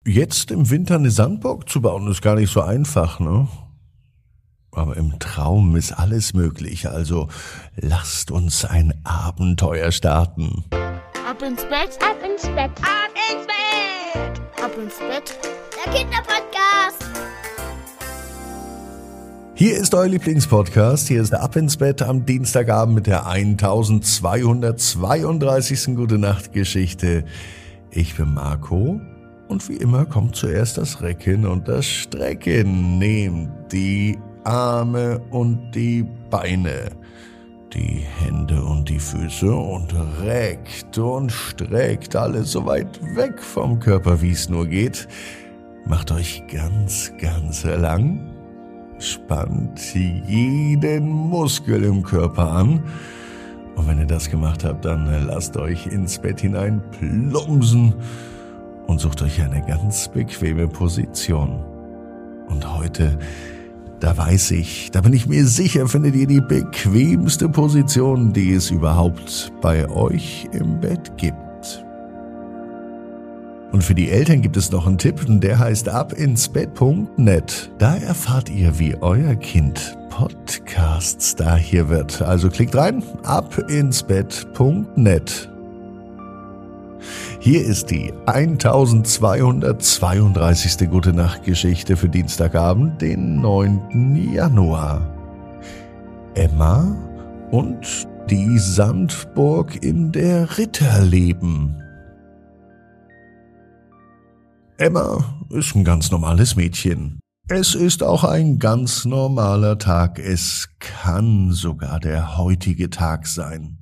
Jetzt im Winter eine Sandburg zu bauen, ist gar nicht so einfach, ne? Aber im Traum ist alles möglich, also lasst uns ein Abenteuer starten. Ab ins Bett, Ab ins Bett, Ab ins Bett! ab ins Bett. der Kinderpodcast. Hier ist euer Lieblingspodcast, hier ist der Ab ins Bett am Dienstagabend mit der 1232. Gute-Nacht-Geschichte. Ich bin Marco und wie immer kommt zuerst das Recken und das Strecken. Nehmt die Arme und die Beine, die Hände und die Füße und reckt und streckt alles so weit weg vom Körper, wie es nur geht. Macht euch ganz, ganz lang. Spannt jeden Muskel im Körper an. Und wenn ihr das gemacht habt, dann lasst euch ins Bett hinein plumpsen und sucht euch eine ganz bequeme Position. Und heute, da bin ich mir sicher, findet ihr die bequemste Position, die es überhaupt bei euch im Bett gibt. Und für die Eltern gibt es noch einen Tipp, der heißt abinsbett.net. Da erfahrt ihr, wie euer Kind Podcast-Star hier wird. Also klickt rein, abinsbett.net. Hier ist die 1232. Gute-Nacht-Geschichte für Dienstagabend, den 9. Januar. Emma und die Sandburg in der Ritterleben. Emma ist ein ganz normales Mädchen. Es ist auch ein ganz normaler Tag. Es kann sogar der heutige Tag sein.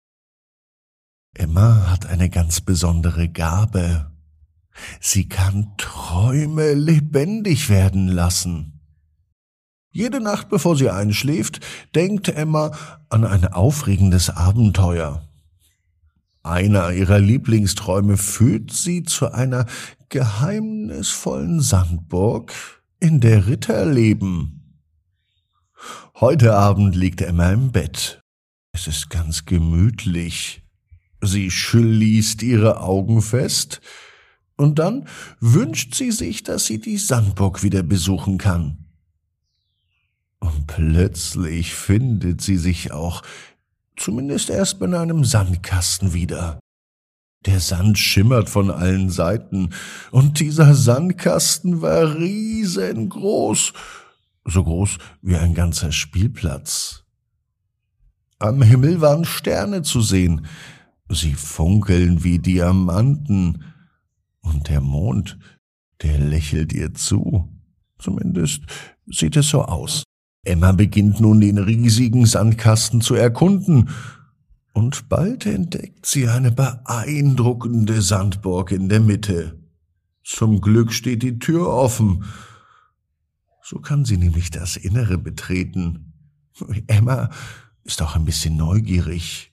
Emma hat eine ganz besondere Gabe. Sie kann Träume lebendig werden lassen. Jede Nacht, bevor sie einschläft, denkt Emma an ein aufregendes Abenteuer. Einer ihrer Lieblingsträume führt sie zu einer geheimnisvollen Sandburg, in der Ritter leben. Heute Abend liegt Emma im Bett. Es ist ganz gemütlich. Sie schließt ihre Augen fest und dann wünscht sie sich, dass sie die Sandburg wieder besuchen kann. Und plötzlich findet sie sich auch zumindest erst in einem Sandkasten wieder. Der Sand schimmert von allen Seiten, und dieser Sandkasten war riesengroß, so groß wie ein ganzer Spielplatz. Am Himmel waren Sterne zu sehen, sie funkeln wie Diamanten, und der Mond, der lächelt ihr zu. Zumindest sieht es so aus. Emma beginnt nun den riesigen Sandkasten zu erkunden, und bald entdeckt sie eine beeindruckende Sandburg in der Mitte. Zum Glück steht die Tür offen. So kann sie nämlich das Innere betreten. Emma ist auch ein bisschen neugierig.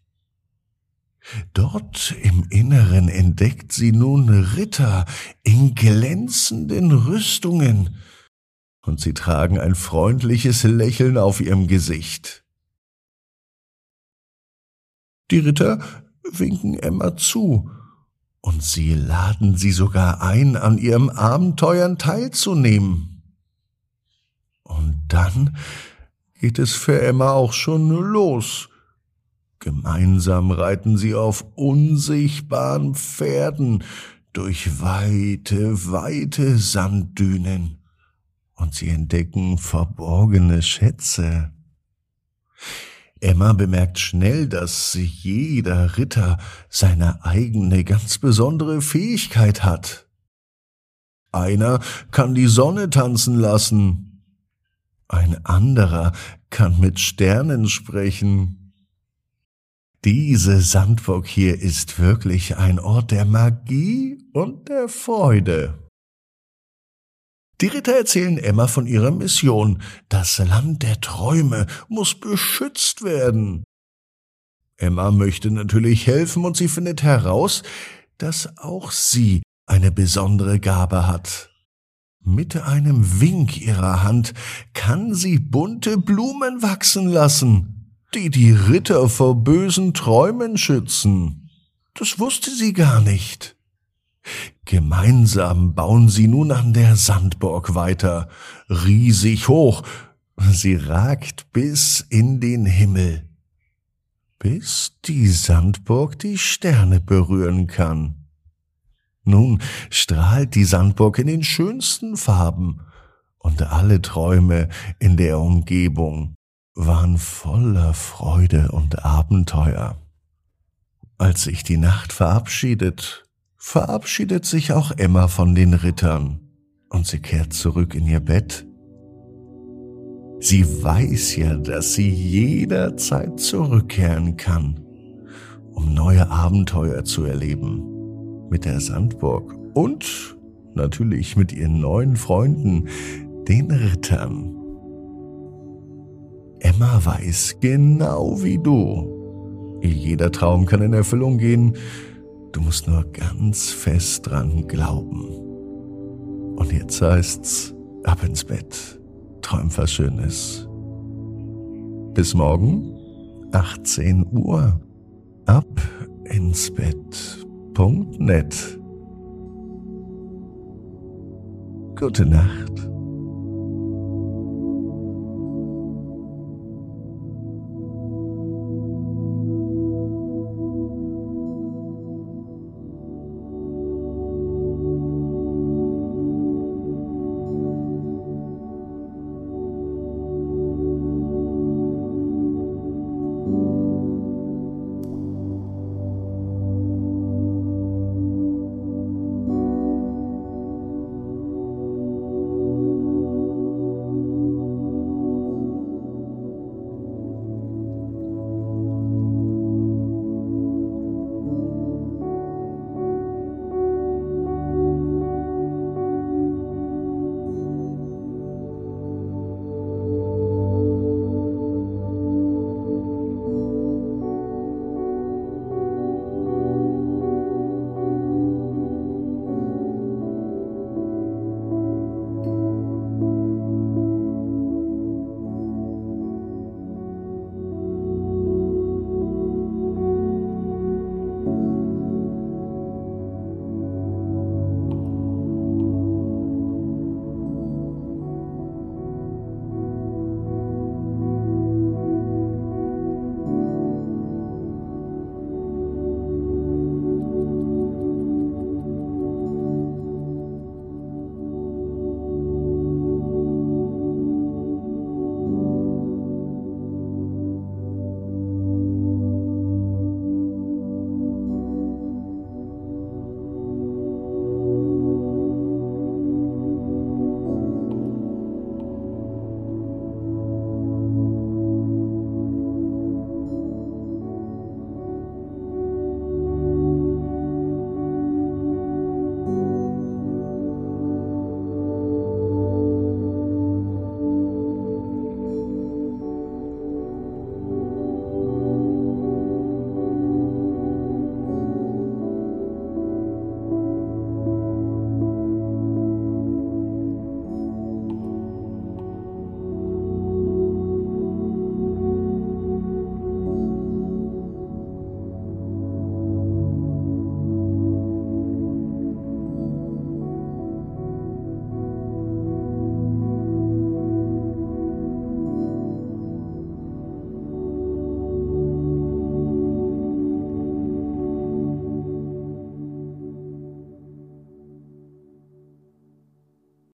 Dort im Inneren entdeckt sie nun Ritter in glänzenden Rüstungen, und sie tragen ein freundliches Lächeln auf ihrem Gesicht. Die Ritter winken Emma zu, und sie laden sie sogar ein, an ihrem Abenteuern teilzunehmen. Und dann geht es für Emma auch schon los. Gemeinsam reiten sie auf unsichtbaren Pferden durch weite, weite Sanddünen. Und sie entdecken verborgene Schätze. Emma bemerkt schnell, dass jeder Ritter seine eigene, ganz besondere Fähigkeit hat. Einer kann die Sonne tanzen lassen. Ein anderer kann mit Sternen sprechen. Diese Sandburg hier ist wirklich ein Ort der Magie und der Freude. Die Ritter erzählen Emma von ihrer Mission. Das Land der Träume muss beschützt werden. Emma möchte natürlich helfen, und sie findet heraus, dass auch sie eine besondere Gabe hat. Mit einem Wink ihrer Hand kann sie bunte Blumen wachsen lassen, die die Ritter vor bösen Träumen schützen. Das wusste sie gar nicht. Gemeinsam bauen sie nun an der Sandburg weiter, riesig hoch. Sie ragt bis in den Himmel, bis die Sandburg die Sterne berühren kann. Nun strahlt die Sandburg in den schönsten Farben, und alle Träume in der Umgebung waren voller Freude und Abenteuer. Als sich die Nacht verabschiedet sich auch Emma von den Rittern, und sie kehrt zurück in ihr Bett. Sie weiß ja, dass sie jederzeit zurückkehren kann, um neue Abenteuer zu erleben, mit der Sandburg und natürlich mit ihren neuen Freunden, den Rittern. Emma weiß genau wie du, jeder Traum kann in Erfüllung gehen, du musst nur ganz fest dran glauben. Und jetzt heißt's, ab ins Bett, träum was Schönes. Bis morgen, 18 Uhr, abinsbett.net. Gute Nacht.